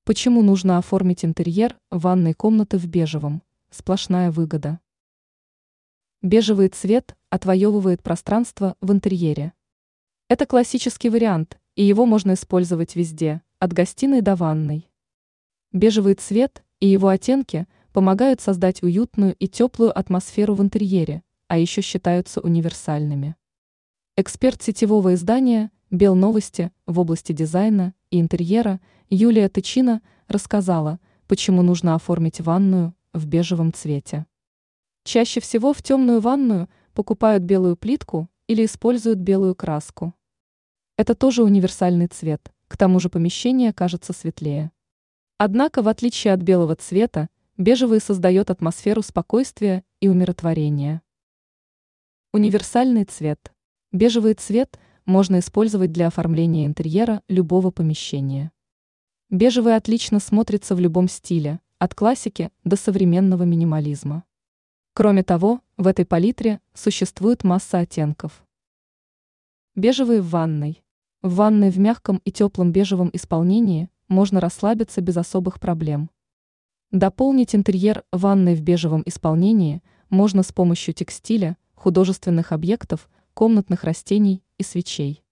Почему нужно оформить интерьер ванной комнаты в бежевом? Сплошная выгода. Бежевый цвет отвоевывает пространство в интерьере. Это классический вариант, и его можно использовать везде, от гостиной до ванной. Бежевый цвет и его оттенки помогают создать уютную и теплую атмосферу в интерьере, а еще считаются универсальными. Эксперт сетевого издания «Белновости» в области дизайна и интерьера Юлия Тычина рассказала, почему нужно оформить ванную в бежевом цвете. Чаще всего в темную ванную покупают белую плитку или используют белую краску. Это тоже универсальный цвет, к тому же помещение кажется светлее. Однако, в отличие от белого цвета, бежевый создает атмосферу спокойствия и умиротворения. Универсальный цвет. Бежевый цвет можно использовать для оформления интерьера любого помещения. Бежевый отлично смотрится в любом стиле, от классики до современного минимализма. Кроме того, в этой палитре существует масса оттенков. Бежевый в ванной. В ванной в мягком и теплом бежевом исполнении можно расслабиться без особых проблем. Дополнить интерьер ванной в бежевом исполнении можно с помощью текстиля, художественных объектов, комнатных растений и свечей.